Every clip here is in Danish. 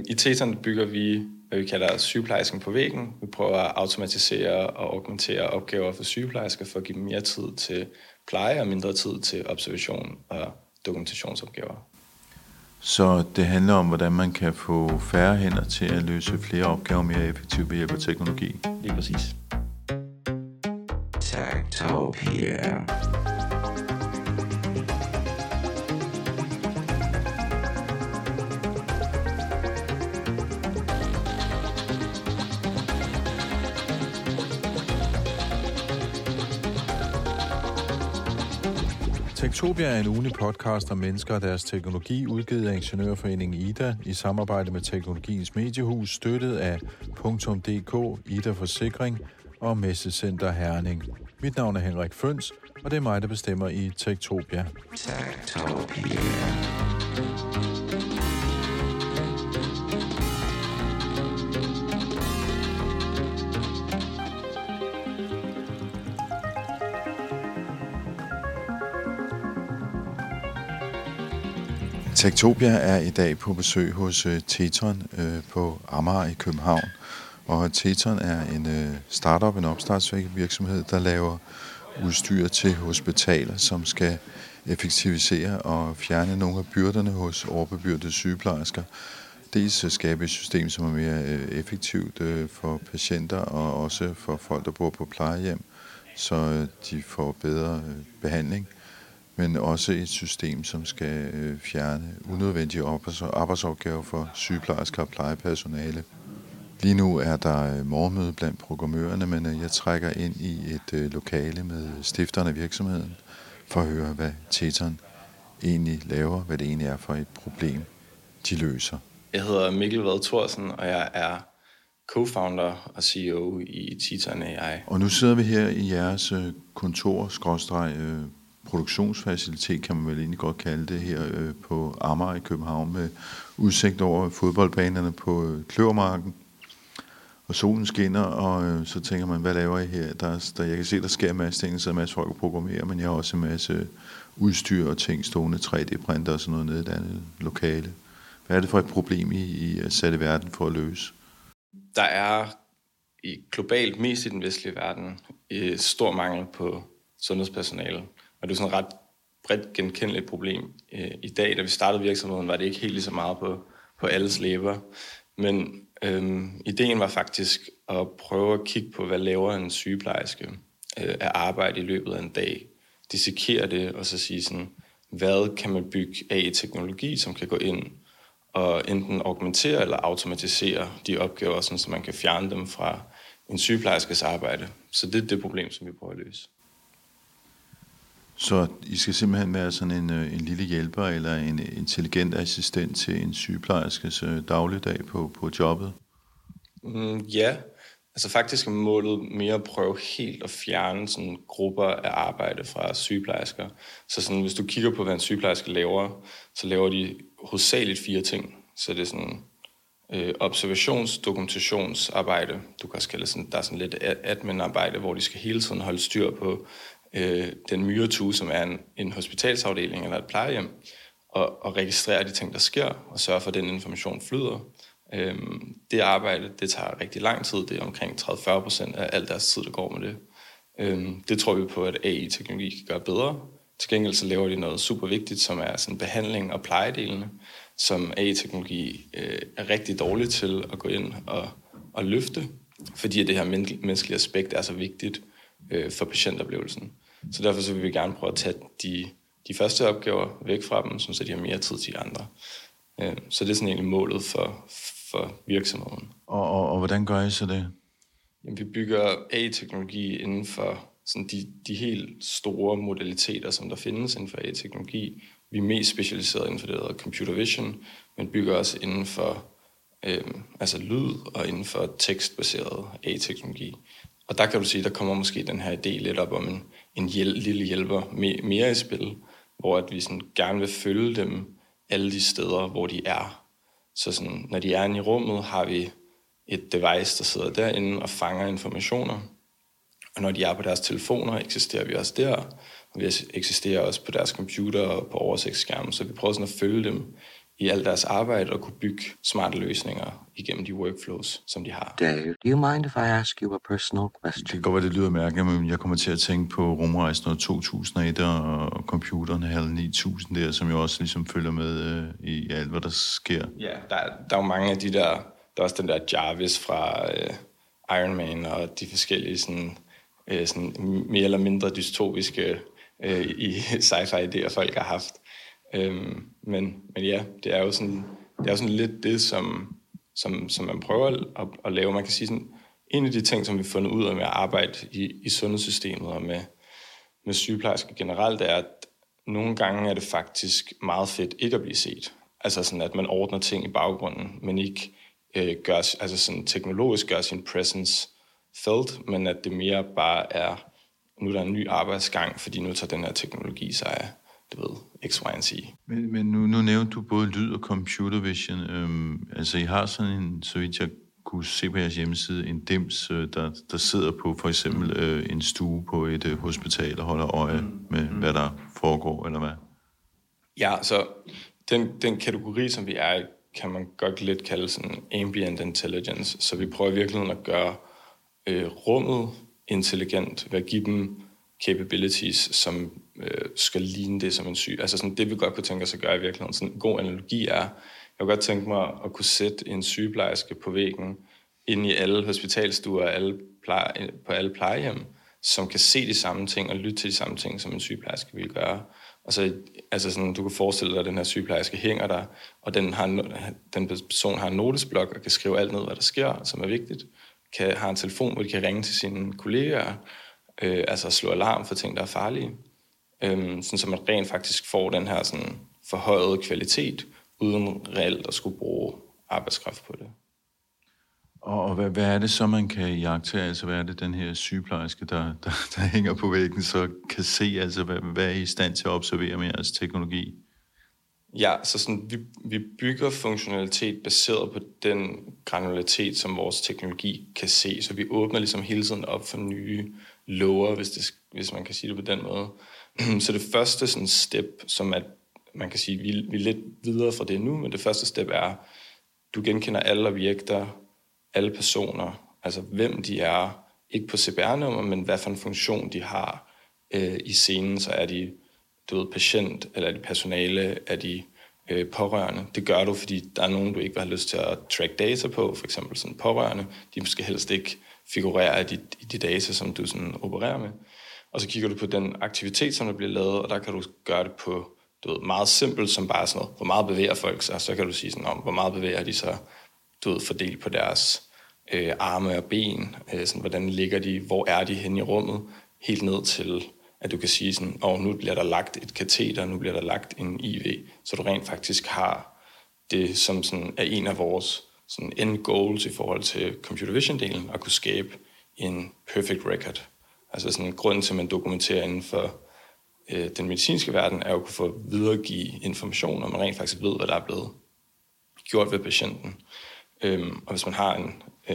I Teton bygger vi, hvad vi kalder sygeplejersken på væggen. Vi prøver at automatisere og augmentere opgaver for sygeplejersker for at give dem mere tid til pleje og mindre tid til observation og dokumentationsopgaver. Så det handler om, hvordan man kan få færre hænder til at løse flere opgaver mere effektivt ved hjælp af teknologi. Lige præcis. Techtopia. Techtopia er en ugenlig podcast om mennesker og deres teknologi, udgivet af Ingeniørforeningen IDA i samarbejde med Teknologiens Mediehus, støttet af .dk, IDA Forsikring og Messecenter Herning. Mit navn er Henrik Føns, og det er mig, der bestemmer i Techtopia. Techtopia. Techtopia er i dag på besøg hos Teton på Amager i København. Og Teton er en startup, en opstartsvirksomhed, der laver udstyr til hospitaler, som skal effektivisere og fjerne nogle af byrderne hos overbebyrdede sygeplejersker. Dels skabe et system, som er mere effektivt for patienter og også for folk, der bor på plejehjem, så de får bedre behandling. Men også et system, som skal fjerne unødvendige arbejdsopgaver for sygeplejersker og plejepersonale. Lige nu er der morgenmøde blandt programmørerne, men jeg trækker ind i et lokale med stifterne af virksomheden for at høre, hvad Teton egentlig laver, hvad det egentlig er for et problem, de løser. Jeg hedder Mikkel Vad Thorsen, og jeg er co-founder og CEO i Teton AI. Og nu sidder vi her i jeres kontor, produktionsfacilitet, kan man vel egentlig godt kalde det, her på Amager i København, med udsigt over fodboldbanerne på Kløvermarken. Og solen skinner, og så tænker man, hvad laver I her? Jeg kan se, der sker en masse ting, så er en masse folk at programmere, men jeg har også en masse udstyr og ting stående, 3D-printer og sådan noget nede i et andet lokale. Hvad er det for et problem, I er sat i verden for at løse? Der er globalt, mest i den vestlige verden, stor mangel på sundhedspersonale. Og det er sådan et ret bredt genkendeligt problem. I dag, da vi startede virksomheden, var det ikke helt lige så meget på alles læber. Men ideen var faktisk at prøve at kigge på, hvad laver en sygeplejerske af arbejde i løbet af en dag. Dissekere det, og så sige sådan, hvad kan man bygge af i teknologi, som kan gå ind og enten augmentere eller automatisere de opgaver, sådan, så man kan fjerne dem fra en sygeplejerskes arbejde. Så det er det problem, som vi prøver at løse. Så I skal simpelthen være sådan en lille hjælper eller en intelligent assistent til en sygeplejerskes dagligdag på jobbet? Ja, altså faktisk er målet mere at prøve helt at fjerne sådan grupper af arbejde fra sygeplejersker. Så sådan, hvis du kigger på, hvad en sygeplejerske laver, så laver de hovedsageligt 4 ting. Så det er sådan observations-dokumentationsarbejde. Du kan også kalde det sådan, der er sådan lidt admin-arbejde, hvor de skal hele tiden holde styr på den myretue, som er en hospitalsafdeling eller et plejehjem, og registrere de ting, der sker, og sørge for, at den information flyder. Det arbejde, det tager rigtig lang tid. Det er omkring 30-40% af al deres tid, der går med det. Det tror vi på, at AI-teknologi kan gøre bedre. Til gengæld så laver de noget super vigtigt, som er sådan behandling og plejedelene, som AI-teknologi er rigtig dårligt til at gå ind og løfte, fordi det her menneskelige aspekt er så vigtigt for patientoplevelsen. Så derfor så vil vi gerne prøve at tage de første opgaver væk fra dem, så de har mere tid til de andre. Så det er sådan egentlig målet for virksomheden. Og hvordan gør I så det? Jamen, vi bygger AI-teknologi inden for sådan de helt store modaliteter, som der findes inden for AI-teknologi. Vi er mest specialiseret inden for det, der hedder computer vision, men bygger også inden for altså lyd og inden for tekstbaseret AI-teknologi. Og der kan du sige, der kommer måske den her idé lidt op om en lille hjælper mere i spil, hvor at vi sådan gerne vil følge dem alle de steder, hvor de er. Så sådan, når de er inde i rummet, har vi et device, der sidder derinde og fanger informationer. Og når de er på deres telefoner, eksisterer vi også der. Og vi eksisterer også på deres computer og på oversigtsskærmen. Så vi prøver sådan at følge dem i alt deres arbejde og kunne bygge smarte løsninger igennem de workflows, som de har. Dave, do you mind if I ask you a personal Det question? kan godt være, det lyder mærkeligt, men jeg kommer til at tænke på rumrejsen år 2001 og computeren HAL 9000 der, som jo også ligesom følger med i alt, hvad der sker. Ja, der er jo mange af de der... Der er også den der Jarvis fra Iron Man og de forskellige sådan mere eller mindre dystopiske i sci-fi-idéer, folk har haft. Men ja, det er jo sådan lidt det, som man prøver at lave. Man kan sige sådan, en af de ting, som vi har fundet ud af med at arbejde i sundhedssystemet og med sygeplejersker generelt, er, at nogle gange er det faktisk meget fedt ikke at blive set. Altså sådan, at man ordner ting i baggrunden, men ikke teknologisk gør sin presence felt, men at det mere bare er, nu er der en ny arbejdsgang, fordi nu tager den her teknologi sig af, du ved, X, Y og Z. Men nu nævnte du både lyd og computer vision. Altså I har sådan en, så vidt jeg kunne se på jeres hjemmeside, en dims, der sidder på for eksempel en stue på et hospital og holder øje med, hvad der foregår, eller hvad? Ja, så den kategori, som vi er i, kan man godt lidt kalde sådan ambient intelligence. Så vi prøver virkelig at gøre rummet intelligent ved at give dem capabilities, som skal ligne det som en syg. Altså sådan, det vi godt kunne tænke os at gøre i virkeligheden. Sådan en god analogi er, jeg kunne godt tænke mig at kunne sætte en sygeplejerske på væggen inde i alle hospitalstuer på alle plejehjem, som kan se de samme ting og lytte til de samme ting, som en sygeplejerske vil gøre. Og så, altså sådan, du kan forestille dig, at den her sygeplejerske hænger der, og den person har en notesblok og kan skrive alt ned, hvad der sker, som er vigtigt. Har en telefon, hvor de kan ringe til sine kolleger, altså slå alarm for ting, der er farlige. Sådan, så man rent faktisk får den her sådan, forhøjede kvalitet, uden reelt at skulle bruge arbejdskraft på det. Og hvad er det så, man kan iagttage? Altså, hvad er det, den her sygeplejerske, der hænger på væggen, så kan se? Altså, hvad er I stand til at observere med jeres teknologi? Ja, så sådan, vi bygger funktionalitet baseret på den granularitet, som vores teknologi kan se. Så vi åbner ligesom hele tiden op for nye lower, hvis man kan sige det på den måde. Så det første sådan step, som at man kan sige, vi er lidt videre fra det nu, men det første step er, du genkender alle objekter, alle personer, altså hvem de er, ikke på CPR-nummer, men hvad for en funktion de har i scenen. Så er de, du ved, patient, eller er de personale, er de pårørende. Det gør du, fordi der er nogen, du ikke vil have lyst til at track data på, for eksempel sådan pårørende. De måske helst ikke figurerer i de data, som du sådan opererer med. Og så kigger du på den aktivitet, som der bliver lavet, og der kan du gøre det på, du ved, meget simpelt, som bare sådan noget, hvor meget bevæger folk sig, så kan du sige sådan om, hvor meget bevæger de sig, du ved, fordelt på deres arme og ben, sådan, hvordan ligger de, hvor er de henne i rummet, helt ned til, at du kan sige sådan, nu bliver der lagt et kateter, nu bliver der lagt en IV, så du rent faktisk har det, som sådan er en af vores sådan end goals i forhold til computer vision-delen, at kunne skabe en perfect record. Altså sådan grunden til, at man dokumenterer inden for den medicinske verden, er jo at kunne få videregive information, og man rent faktisk ved, hvad der er blevet gjort ved patienten. Og hvis man har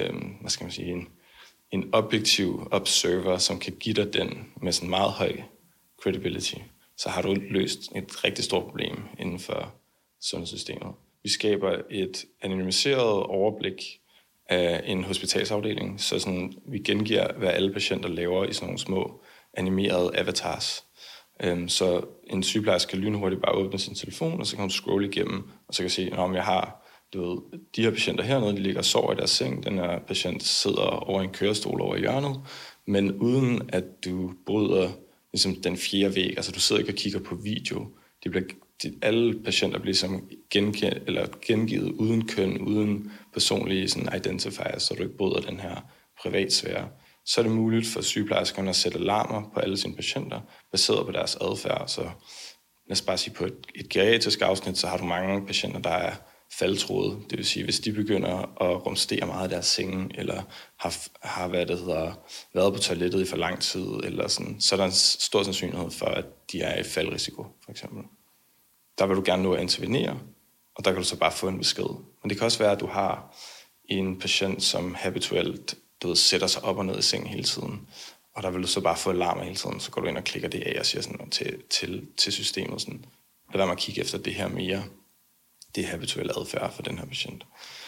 en objektiv observer, som kan give dig den med sådan meget høj credibility, så har du løst et rigtig stort problem inden for sundhedssystemet. Vi skaber et anonymiseret overblik af en hospitalsafdeling, så sådan, vi gengiver, hvad alle patienter laver i sådan nogle små animerede avatars. Så en sygeplejerske kan lynhurtigt bare åbne sin telefon, og så kan hun scrolle igennem, og så kan se, om jeg har de her patienter hernede, de ligger og sover i deres seng. Den her patient sidder over en kørestol over i hjørnet, men uden at du bryder ligesom den fjerde væg. Altså du sidder ikke og kigger på video. Alle patienter bliver ligesom gengivet uden køn, uden personlige sådan, identifiers, så du ikke bryder den her privatsfære. Så er det muligt for sygeplejerskerne at sætte alarmer på alle sine patienter, baseret på deres adfærd. Så lad os bare sige, på et geriatrisk afsnit, så har du mange patienter, der er faldtråde. Det vil sige, hvis de begynder at rumstere meget af deres senge, eller har været på toilettet i for lang tid, eller sådan, så er der en stor sandsynlighed for, at de er i faldrisiko, for eksempel. Der vil du gerne nå at intervenere, og der kan du så bare få en besked. Men det kan også være, at du har en patient, som habituelt sætter sig op og ned i sengen hele tiden, og der vil du så bare få alarmer hele tiden, så går du ind og klikker det af og siger sådan til systemet sådan, lad være med at kigge efter det her mere. det er habituel adfærd for den her patient.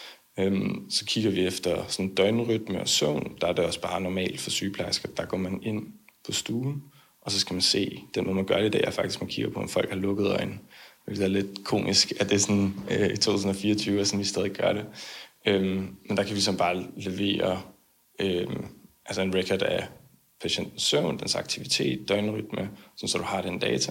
Så kigger vi efter sådan døgnrytme og søvn. Der er det også bare normalt for sygeplejersker. Der går man ind på stuen, og så skal man se, den måde man gør det i dag, er faktisk, man kigger på, om folk har lukket øjne. Det er lidt komisk, at det er sådan i 2024, og sådan vi stadig gør det. Men der kan vi så bare levere altså en record af patientens søvn, dens aktivitet, døgnrytme, sådan så du har den data.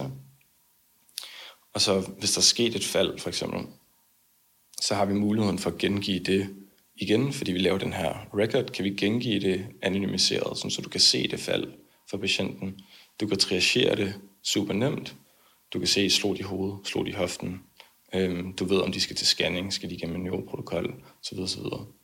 Og så hvis der er sket et fald, for eksempel, så har vi muligheden for at gengive det igen, fordi vi laver den her record, kan vi gengive det anonymiseret, sådan så du kan se det fald for patienten. Du kan triagere det super nemt. Du kan se, slå de i hovedet, slå de i hoften. Du ved, om de skal til scanning, skal de igennem en neuroprotokol, osv. osv.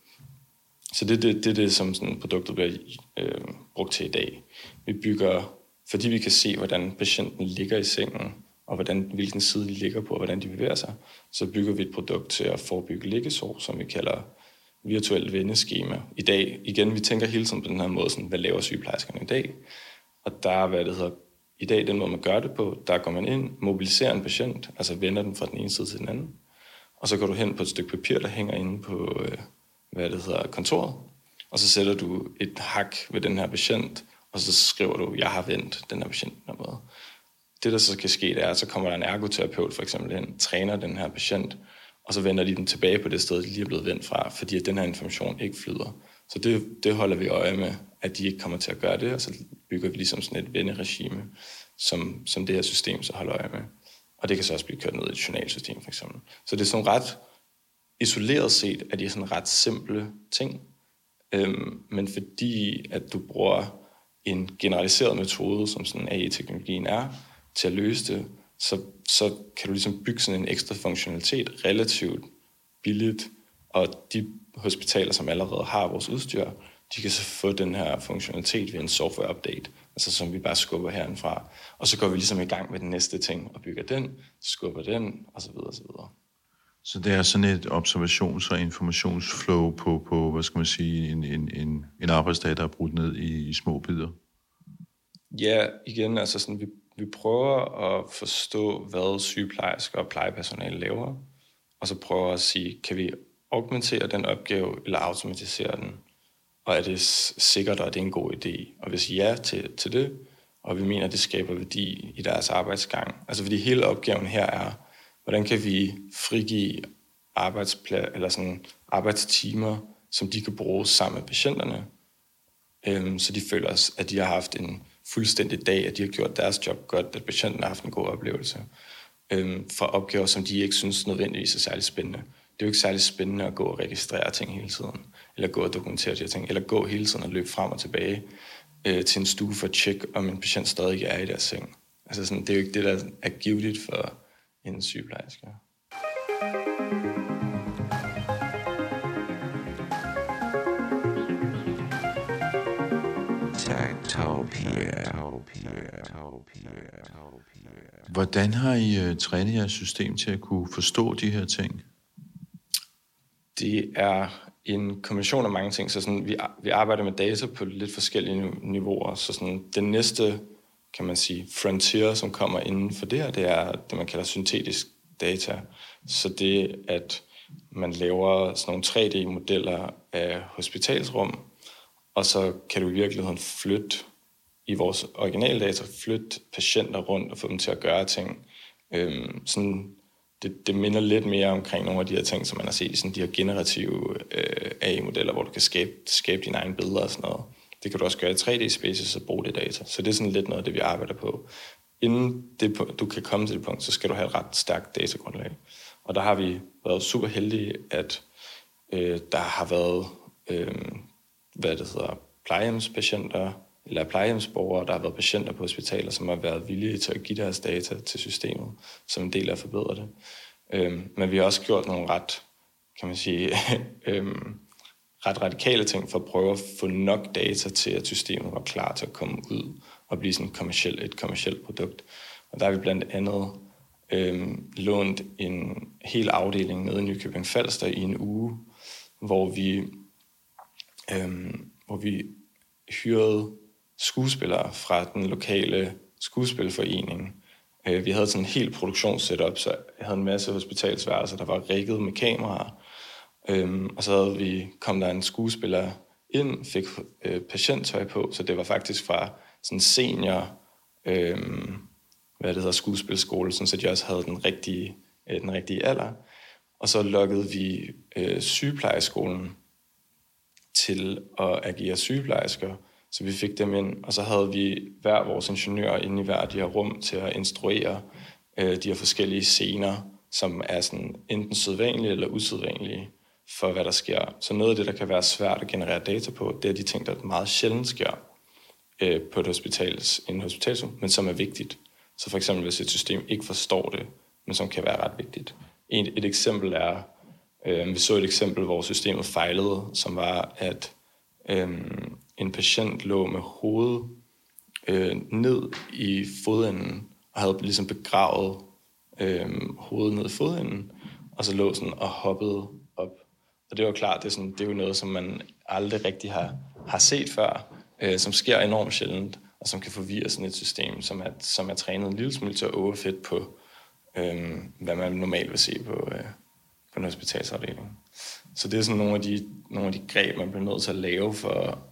Så det er det, som sådan produktet bliver brugt til i dag. Vi bygger, fordi vi kan se, hvordan patienten ligger i sengen, og hvilken side de ligger på, og hvordan de bevæger sig, så bygger vi et produkt til at forebygge liggesår, som vi kalder virtuelt vendeskema. I dag, igen, vi tænker hele tiden på den her måde, sådan, hvad laver sygeplejerskerne i dag? Og der er, i dag den måde, man gør det på, der går man ind, mobiliserer en patient, altså vender den fra den ene side til den anden, og så går du hen på et stykke papir, der hænger inde på, kontoret, og så sætter du et hak ved den her patient, og så skriver du, jeg har vendt den her patient på den måde. Det, der så kan ske, det er, at så kommer der en ergoterapeut for eksempel ind, træner den her patient, og så vender de den tilbage på det sted, de lige er blevet vendt fra, fordi at den her information ikke flyder. Så det holder vi øje med, at de ikke kommer til at gøre det, og så bygger vi ligesom sådan et venderegime, som det her system så holder øje med. Og det kan så også blive kørt ned i et journalsystem for eksempel. Så det er sådan ret isoleret set, at det er sådan ret simple ting, men fordi at du bruger en generaliseret metode, som sådan AI-teknologien er, til at løse det, så kan du ligesom bygge sådan en ekstra funktionalitet relativt billigt, og de hospitaler, som allerede har vores udstyr, de kan så få den her funktionalitet ved en software-update, altså som vi bare skubber herindfra. Og så går vi ligesom i gang med den næste ting, og bygger den, skubber den, og så videre, og så videre. Så det er sådan et observations- og informationsflow på hvad skal man sige, en arbejdsdag, der er brudt ned i små bidder? Ja, igen, altså sådan, vi prøver at forstå, hvad sygeplejersker og plejepersonale laver, og så prøver at sige, kan vi augmentere den opgave, eller automatisere den? Og er det sikkert, og er det en god idé? Og hvis ja til det, og vi mener, at det skaber værdi i deres arbejdsgang. Altså fordi hele opgaven her er, hvordan kan vi frigive arbejdstimer, som de kan bruge sammen med patienterne, så de føler, at de har haft en fuldstændig dag, at de har gjort deres job godt, at patienten har haft en god oplevelse, for opgaver, som de ikke synes nødvendigvis er særlig spændende. Det er jo ikke særlig spændende at gå og registrere ting hele tiden, eller gå og dokumentere de her ting, eller gå hele tiden og løbe frem og tilbage til en stue for at tjekke, om en patient stadig er i deres seng. Altså sådan, det er jo ikke det, der er givetigt for en sygeplejerske. Hvordan har I trænet jeres system til at kunne forstå de her ting? Det er en kombination af mange ting, så sådan, vi arbejder med data på lidt forskellige niveauer, så sådan, den næste, kan man sige, frontier, som kommer inden for det her, det er det, man kalder syntetisk data. Så det, at man laver sådan nogle 3D-modeller af hospitalsrum, og så kan du i virkeligheden flytte i vores originaldata, flytte patienter rundt og få dem til at gøre ting. Sådan, det minder lidt mere omkring nogle af de her ting, som man har set i sådan de her generative AI-modeller, hvor du kan skabe dine egne billeder og sådan noget. Det kan du også gøre i 3D-spaces og bruge det data. Så det er sådan lidt noget af det, vi arbejder på. Inden du kan komme til det punkt, så skal du have et ret stærkt datagrundlag. Og der har vi været super heldige, at der har været plejehjemspatienter, eller plejehjemsborgere, der har været patienter på hospitaler, som har været villige til at give deres data til systemet, som en del af at forbedre det. Men vi har også gjort nogle ret, kan man sige, ret radikale ting for at prøve at få nok data til, at systemet var klar til at komme ud og blive sådan et kommercielt produkt. Og der har vi blandt andet lånt en hel afdeling nede i Nykøbing Falster i en uge, hvor vi hyrede skuespillere fra den lokale skuespilforening Vi havde sådan en helt produktionssetup, så jeg havde en masse hospitalsværelser, der var rigget med kameraer. Og så kom der en skuespiller ind, fik patienttøj på, så det var faktisk fra sådan senior, skuespilskole, sådan så de også havde den rigtige alder. Og så lukkede vi sygeplejeskolen til at agere sygeplejersker, så vi fik dem ind, og så havde vi hver vores ingeniører inde i hver de her rum til at instruere de her forskellige scener, som er sådan enten sædvanlige eller usædvanlige for, hvad der sker. Så noget af det, der kan være svært at generere data på, det er de ting, der meget sjældent sker på en hospitalsrum, men som er vigtigt. Så for eksempel, hvis et system ikke forstår det, men som kan være ret vigtigt. Et eksempel er, vi så et eksempel, hvor systemet fejlede, som var, at en patient lå med hovedet ned i fodenden, og havde ligesom begravet hovedet ned i fodenden, og så lå sådan og hoppede op. Og det var klart, det er jo noget, som man aldrig rigtig har set før, som sker enormt sjældent, og som kan forvirre sådan et system, som er trænet en lille smule til at overfit på, hvad man normalt vil se på en hospitalsafdeling. Så det er sådan nogle af de greb, man bliver nødt til at lave for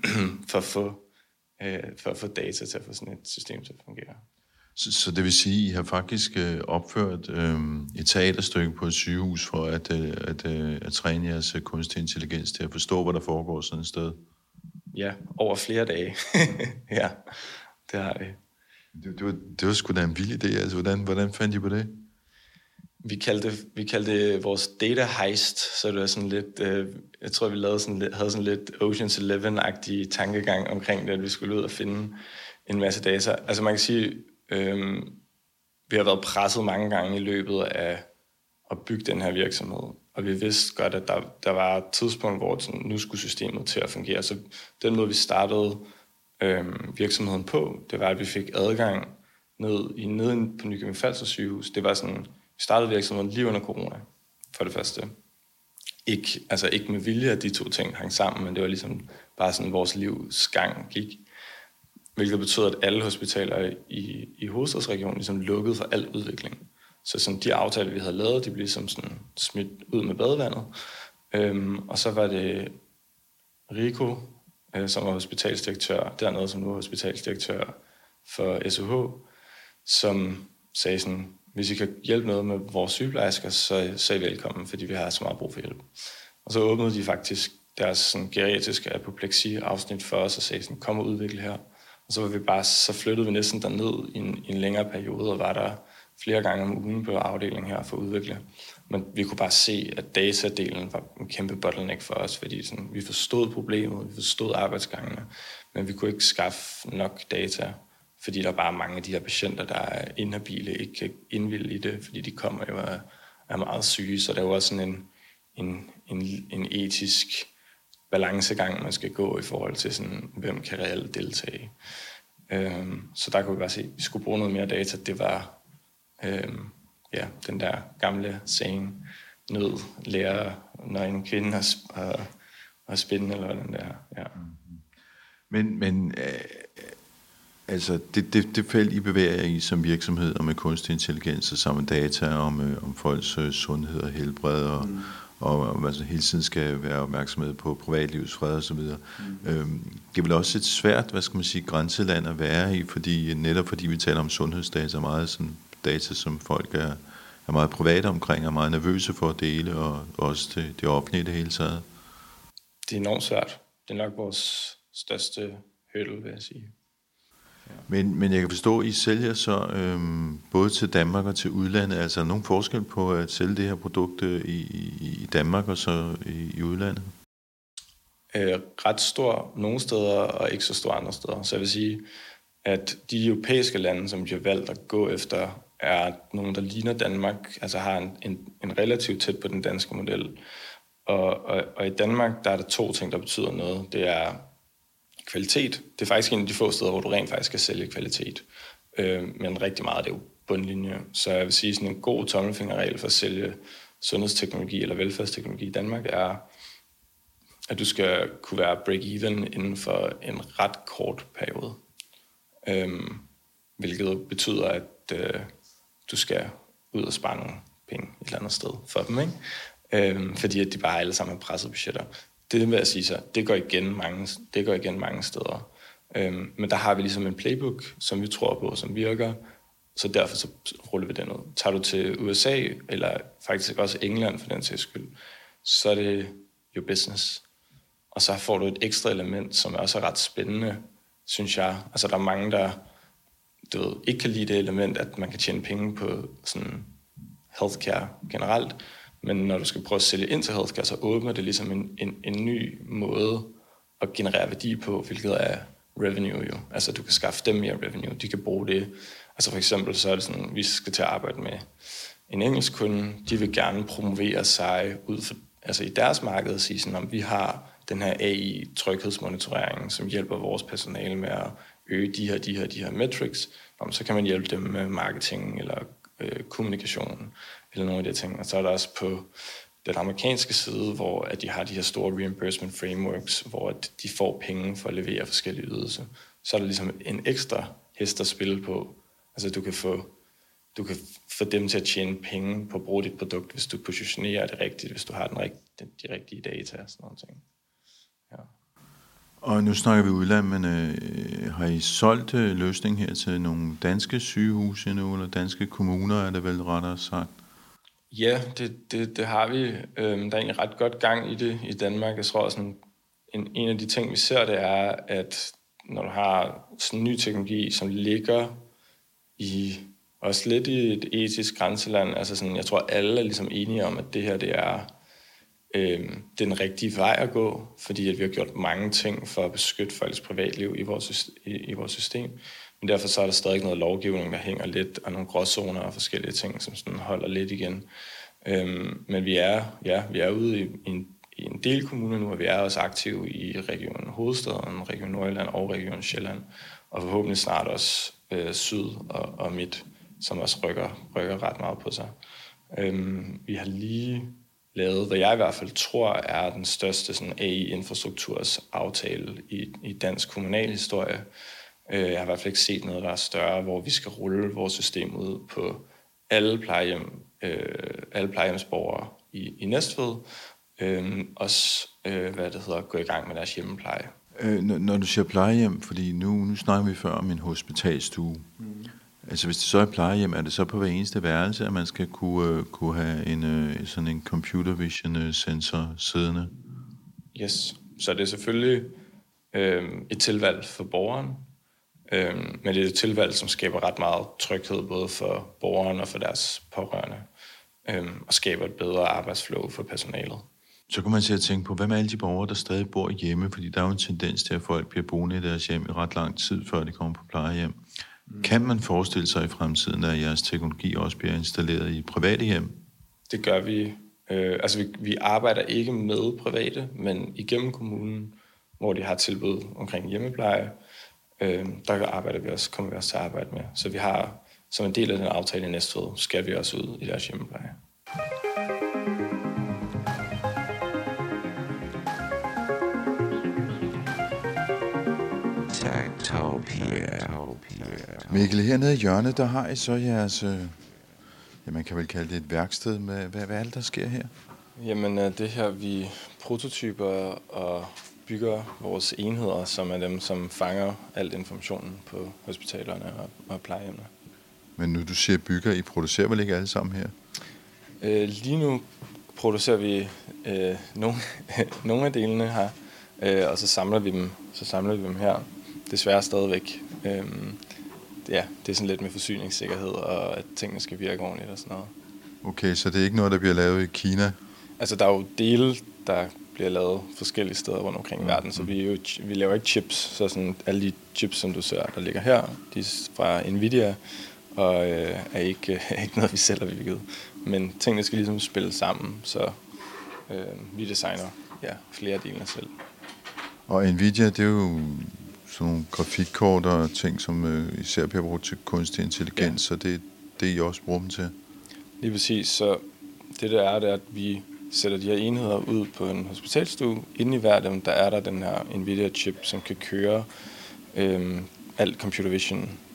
at få data til at få sådan et system til at fungere. Så det vil sige, at I har faktisk opført et teaterstykke på et sygehus for at træne jeres kunstig intelligens til at forstå, hvad der foregår sådan et sted? Ja, over flere dage. Ja, det har vi. Det var sgu da en vild idé. Altså, hvordan fandt I på det? Vi kaldte vores data heist, så det var sådan lidt, jeg tror, vi havde sådan lidt Ocean's 11-agtig tankegang omkring det, at vi skulle ud og finde en masse data. Altså man kan sige, vi har været presset mange gange i løbet af at bygge den her virksomhed, og vi vidste godt, at der var et tidspunkt, hvor sådan, nu skulle systemet til at fungere. Så den måde, vi startede virksomheden på, det var, at vi fik adgang ned på Nykøbing Falster sygehus. Det var sådan, vi startede virksomheden lige under corona, for det første. Ikke med vilje, at de to ting hang sammen, men det var ligesom bare sådan, vores livs gang gik. Hvilket betød, at alle hospitaler i hovedstadsregionen ligesom lukkede for al udvikling. Så sådan, de aftaler, vi havde lavet, de blev ligesom sådan smidt ud med badevandet. Og så var det Rico, som var hospitalsdirektør dernede, som nu er hospitalsdirektør for SUH, som sagde sådan, hvis I kan hjælpe noget med vores sygeplejersker, så er I velkommen, fordi vi har så meget brug for hjælp. Og så åbnede de faktisk deres sådan, geriatriske apopleksi-afsnit for os og sagde sådan, kom og udvikle her. Og så flyttede vi næsten derned i en længere periode, og var der flere gange om ugen på afdelingen her for at udvikle. Men vi kunne bare se, at datadelen var en kæmpe bottleneck for os, fordi sådan, vi forstod problemet, vi forstod arbejdsgangene, men vi kunne ikke skaffe nok data, fordi der er bare mange af de her patienter, der er inhabile, ikke kan indvilde i det, fordi de kommer jo er meget syge, så der er jo også sådan en etisk balancegang, man skal gå i forhold til, sådan, hvem kan reelt deltage. Så der kunne vi bare se, at vi skulle bruge noget mere data. Det var den der gamle saying, nød lærer, når en kvinde har spændt, eller hvordan det er. Ja. Men altså det felt, I bevæger jer i som virksomhed, og med kunstig intelligens og sammen data om folks sundhed og helbred, og man hele tiden skal være opmærksomhed på privatlivets fred og så videre. Det er vel også et svært, grænseland at være i, fordi vi taler om sundhedsdata, meget sådan data, som folk er meget private omkring, og meget nervøse for at dele, og også det offentlige det hele taget. Det er enormt svært. Det er nok vores største hurdle, vil jeg sige. Ja. Men jeg kan forstå, at I sælger så både til Danmark og til udlandet. Altså er der nogen forskel på at sælge det her produkt i Danmark og så i udlandet? Ret stor nogle steder og ikke så stor andre steder. Så jeg vil sige, at de europæiske lande, som de har valgt at gå efter, er nogle, der ligner Danmark, altså har en relativt tæt på den danske model. Og i Danmark, der er der to ting, der betyder noget. Det er kvalitet. Det er faktisk en af de få steder, hvor du rent faktisk kan sælge kvalitet. Men rigtig meget af det er jo bundlinje. Så jeg vil sige, sådan en god tommelfingerregel for at sælge sundhedsteknologi eller velfærdsteknologi i Danmark er, at du skal kunne være break-even inden for en ret kort periode. hvilket betyder, at du skal ud og spare nogle penge et eller andet sted for dem, ikke? Fordi at de bare alle sammen har presset budgetter. Det vil jeg sige så, det går igen mange steder. Men der har vi ligesom en playbook, som vi tror på, som virker, så derfor så ruller vi den ud. Tager du til USA, eller faktisk også England for den sags skyld, så er det jo business. Og så får du et ekstra element, som også er ret spændende, synes jeg. Altså der er mange, der ikke kan lide det element, at man kan tjene penge på sådan healthcare generelt. Men når du skal prøve at sælge ind til healthcare, så åbner det ligesom en ny måde at generere værdi på, hvilket er revenue jo. Altså du kan skaffe dem mere revenue, de kan bruge det. Altså for eksempel så er det sådan, vi skal til at arbejde med en engelsk kunde, de vil gerne promovere sig ud for, altså i deres marked og sige sådan, om vi har den her AI-tryghedsmonitorering, som hjælper vores personale med at øge de her metrics, så kan man hjælpe dem med marketing eller kommunikation eller nogle af de ting. Og så er der også på den amerikanske side, hvor at de har de her store reimbursement frameworks, hvor at de får penge for at levere forskellige ydelser. Så er der ligesom en ekstra hest at spille på. Altså du kan få dem til at tjene penge på at bruge dit produkt, hvis du positionerer det rigtigt, hvis du har de rigtige data og sådan nogle ting. Ja. Og nu snakker vi udland, men har I solgt løsning her til nogle danske sygehuse nu, eller danske kommuner, er det vel rettere sagt? Ja, det har vi. Der er egentlig ret godt gang i det i Danmark. Jeg tror sådan, en af de ting, vi ser, det er, at når du har sådan en ny teknologi, som ligger også lidt i et etisk grænseland, altså sådan, jeg tror, alle er ligesom enige om, at det her, det er den rigtige vej at gå, fordi at vi har gjort mange ting for at beskytte folks privatliv i vores system. Men derfor så er der stadig noget lovgivning, der hænger lidt, og nogle gråzoner og forskellige ting, som sådan holder lidt igen. Men vi er ude i en del kommuner nu, og vi er også aktive i Region Hovedstaden, Region Nordjylland og Region Sjælland, og forhåbentlig snart også Syd og Midt, som også rykker ret meget på sig. Vi har lige lavet, hvad jeg i hvert fald tror er den største sådan AI-infrastrukturs aftale i dansk kommunal historie. Jeg har i hvert fald ikke set noget, der er større, hvor vi skal rulle vores system ud på alle plejehjemsborgere i Næstved. Også, gå i gang med deres hjemmepleje. Når du siger plejehjem, fordi nu snakker vi før om en hospitalstue. Altså hvis det så er plejehjem, er det så på hver eneste værelse, at man skal kunne have sådan en computer vision sensor siddende? Yes, så det er selvfølgelig et tilvalg for borgeren, men det er et tilvalg, som skaber ret meget tryghed, både for borgeren og for deres pårørende, og skaber et bedre arbejdsflow for personalet. Så kan man til at tænke på, hvem er alle de borgere, der stadig bor hjemme? Fordi der er jo en tendens til, at folk bliver boende i deres hjem i ret lang tid, før de kommer på plejehjem. Kan man forestille sig i fremtiden, at jeres teknologi også bliver installeret i private hjem? Det gør vi. Vi arbejder ikke med private, men igennem kommunen, hvor de har tilbud omkring hjemmepleje, der kommer vi også til at arbejde med. Så vi har, som en del af den aftale i Næstved, skal vi også ud i deres hjemmepleje. Mikkel, hernede i hjørnet, der har I så jeres, man kan vel kalde det et værksted. Hvad er det, der sker her? Jamen, det her, vi prototyper og bygger vores enheder, som er dem, som fanger al informationen på hospitalerne og plejehjemmene. Men nu du siger bygger, I producerer vel ikke alle sammen her? Lige nu producerer vi nogle af delene her, og så samler vi dem her. Desværre stadigvæk. Det er sådan lidt med forsyningssikkerhed, og at tingene skal virke ordentligt og sådan noget. Okay, så det er ikke noget, der bliver lavet i Kina? Altså, der er jo dele, der bliver lavet forskellige steder rundt omkring i verden, så vi laver ikke chips, så sådan alle de chips, som du ser, der ligger her, de er fra Nvidia, og er ikke noget, vi selv har bygget. Men tingene skal ligesom spille sammen, så vi designer flere dele selv. Og Nvidia, det er jo sådan nogle grafikkort og ting, som især bliver brugt til kunstig intelligens, så det er det, I også bruger dem til? Lige præcis, så det er, at vi sætter de her enheder ud på en hospitalstue. Inde i hver dem, der er der den her Nvidia-chip, som kan køre alt computer vision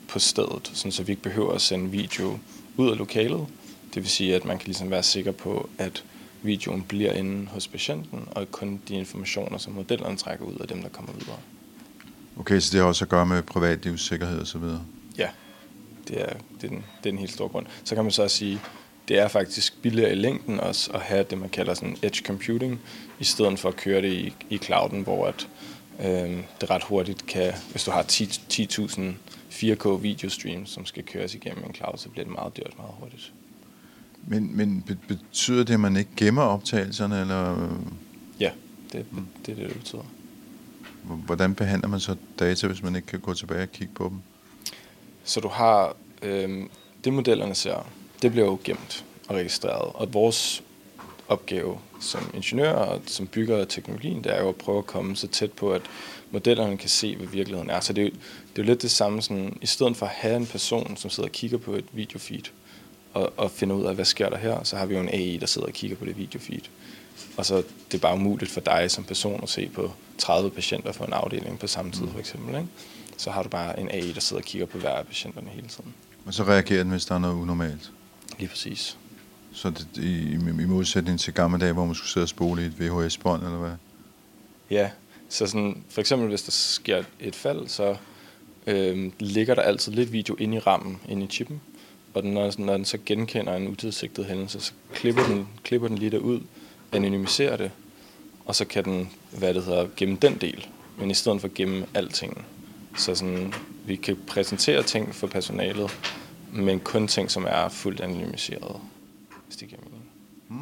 på stedet, sådan så vi ikke behøver at sende video ud af lokalet. Det vil sige, at man kan ligesom være sikker på, at videoen bliver inde hos patienten, og kun de informationer, som modellerne trækker ud af dem, der kommer videre. Okay, så det har også at gøre med privatlivssikkerhed og så videre? Ja, det er en helt stor grund. Så kan man så også sige, det er faktisk billigere i længden også at have det, man kalder sådan edge computing, i stedet for at køre det i clouden, hvor at, det ret hurtigt kan, hvis du har 10.000 4K videostreams, som skal køres igennem en cloud, så bliver det meget dyrt meget hurtigt. Men betyder det, at man ikke gemmer optagelserne, eller? Ja, det er det betyder. Hvordan behandler man så data, hvis man ikke kan gå tilbage og kigge på dem? Så du har det modellerne ser, det bliver jo gemt og registreret, og vores opgave som ingeniører og som bygger af teknologien, det er jo at prøve at komme så tæt på, at modellerne kan se, hvad virkeligheden er. Så det er jo lidt det samme, sådan, i stedet for at have en person, som sidder og kigger på et videofeed, og finder ud af, hvad sker der her, så har vi jo en AI, der sidder og kigger på det videofeed. Og så det er bare umuligt for dig som person at se på 30 patienter for en afdeling på samme tid, for eksempel. Ikke? Så har du bare en AI, der sidder og kigger på hver af patienterne hele tiden. Og så reagerer den, hvis der er noget unormalt? Lige præcis. Så det, i modsætning til gamle dage, hvor man skulle sidde og spole i et VHS-bånd, eller hvad? Ja, så sådan, for eksempel hvis der sker et fald, så ligger der altid lidt video inde i rammen, inde i chippen. Og når den så genkender en utilsigtet hændelse, så klipper den lige derud, anonymiserer det, og så kan den, gemme den del, men i stedet for at gemme alting. Så sådan, vi kan præsentere ting for personalet, men kun ting, som er fuldt anonymiseret, hvis det giver mening.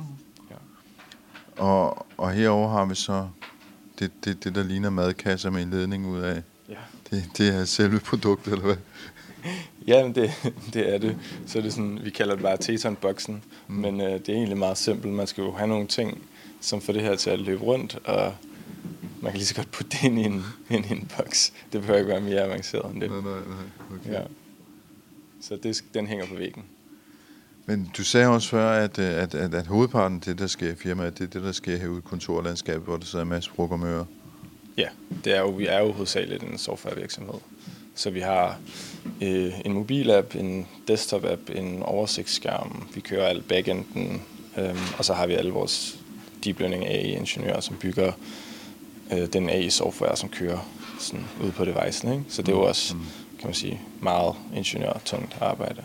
Ja. Og herover har vi så det der ligner madkasser med en ledning ud af. Ja. Det er selve produktet, eller hvad? Ja, det er det. Så er det sådan, vi kalder det bare Teton-boksen, men det er egentlig meget simpelt. Man skal jo have nogle ting, som får det her til at løbe rundt, og man kan lige så godt putte det ind i en boks. Det behøver ikke være mere avanceret end det. Nej, okay. Ja. Så den hænger på væggen. Men du sagde også før, at hovedparten af det, der sker i firmaet, det er det, der sker herude i kontorlandskabet, hvor der sidder en masse programmører. Ja, vi er jo hovedsageligt en softwarevirksomhed. Så vi har en mobilapp, en desktop-app, en oversigtsskærm. Vi kører alt backenden, og så har vi alle vores deep learning AI-ingeniører, som bygger den AI-software, som kører sådan ude på devicen. Ikke? Så det er jo også, kan man sige, meget ingeniørtungt arbejde.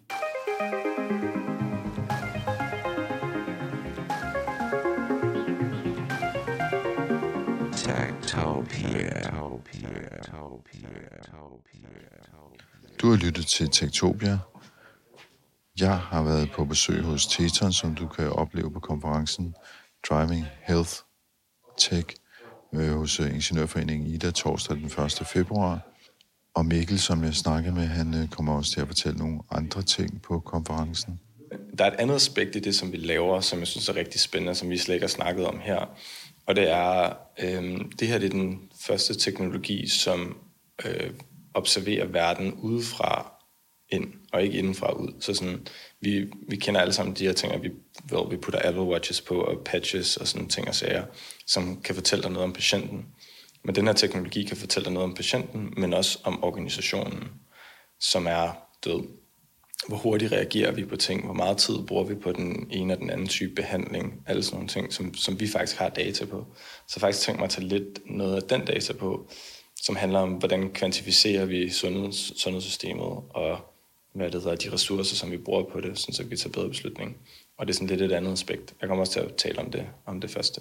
Du har lyttet til Techtopia. Jeg har været på besøg hos Teton, som du kan opleve på konferencen Driving Health Tech hos Ingeniørforeningen IDA torsdag den 1. februar. Og Mikkel, som jeg snakkede med, han kommer også til at fortælle nogle andre ting på konferencen. Der er et andet aspekt i det, som vi laver, som jeg synes er rigtig spændende, som vi slet ikke har snakket om her. Og det er, det her det er den første teknologi, som observerer verden udefra ind, og ikke indenfra ud. Så sådan, vi kender alle sammen de her ting, hvor vi putter Apple Watches på, og patches og sådan ting og sager, som kan fortælle dig noget om patienten. Men den her teknologi kan fortælle dig noget om patienten, men også om organisationen, som er død. Hvor hurtigt reagerer vi på ting? Hvor meget tid bruger vi på den ene og den anden type behandling? Alle sådan nogle ting, som vi faktisk har data på. Så faktisk tænker mig at tage lidt noget af den data på, som handler om, hvordan kvantificerer vi sundhedssystemet, og de ressourcer, som vi bruger på det, så vi kan tage bedre beslutning. Og det er sådan lidt et andet aspekt. Jeg kommer også til at tale om det første.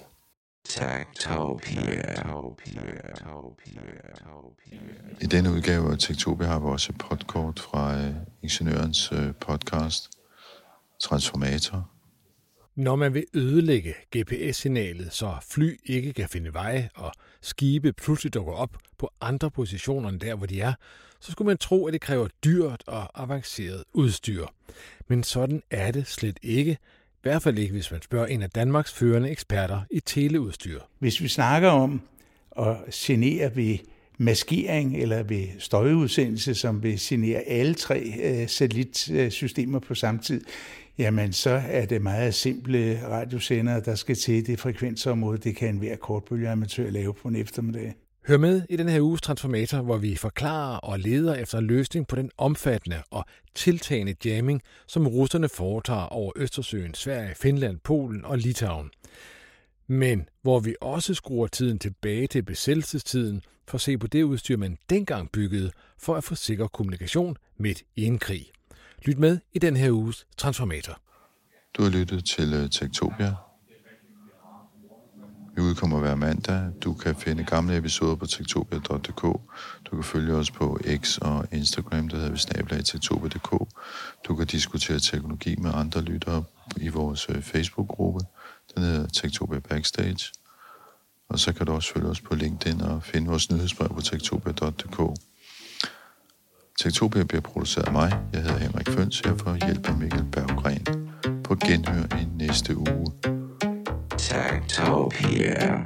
I denne udgave af Techtopia har vi også et podcast fra Ingeniørens podcast, Transformator. Når man vil ødelægge GPS-signalet, så fly ikke kan finde veje, og skibe pludselig dukker op på andre positioner end der, hvor de er, så skulle man tro, at det kræver dyrt og avanceret udstyr. Men sådan er det slet ikke. I hvert fald ikke, hvis man spørger en af Danmarks førende eksperter i teleudstyr. Hvis vi snakker om at genere ved maskering eller ved støjudsendelse, som vil genere alle 3 satellitsystemer på samme tid, jamen så er det meget simple radiosendere, der skal til det frekvensområde. Det kan enhver kortbølgeamatør lave på en eftermiddag. Hør med i den her uges Transformator, hvor vi forklarer og leder efter en løsning på den omfattende og tiltagende jamming, som russerne foretager over Østersøen, Sverige, Finland, Polen og Litauen. Men hvor vi også skruer tiden tilbage til besættelsestiden for at se på det udstyr, man dengang byggede for at få sikker kommunikation midt i en krig. Lyt med i den her uges Transformator. Du har lyttet til Techtopia. Vi udkommer hver mandag. Du kan finde gamle episoder på techtopia.dk. Du kan følge os på X og Instagram, der hedder vi @techtopia.dk. Du kan diskutere teknologi med andre lyttere i vores Facebook-gruppe. Den hedder Techtopia Backstage. Og så kan du også følge os på LinkedIn og finde vores nyhedsbrev på techtopia.dk. Techtopia bliver produceret af mig. Jeg hedder Henrik Føns, her for hjælp af Mikkel Berggren. På genhør i næste uge. Techtopia.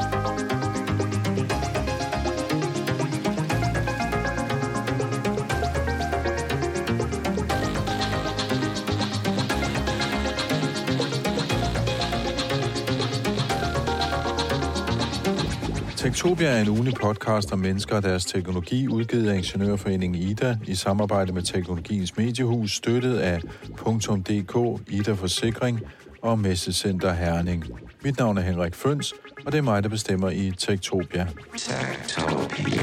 Techtopia er en ugentlig podcast om mennesker og deres teknologi, udgivet af Ingeniørforeningen Ida i samarbejde med Teknologiens Mediehus, støttet af .dk, Ida Forsikring og Messecenter Herning. Mit navn er Henrik Føns, og det er mig, der bestemmer i Techtopia. Techtopia.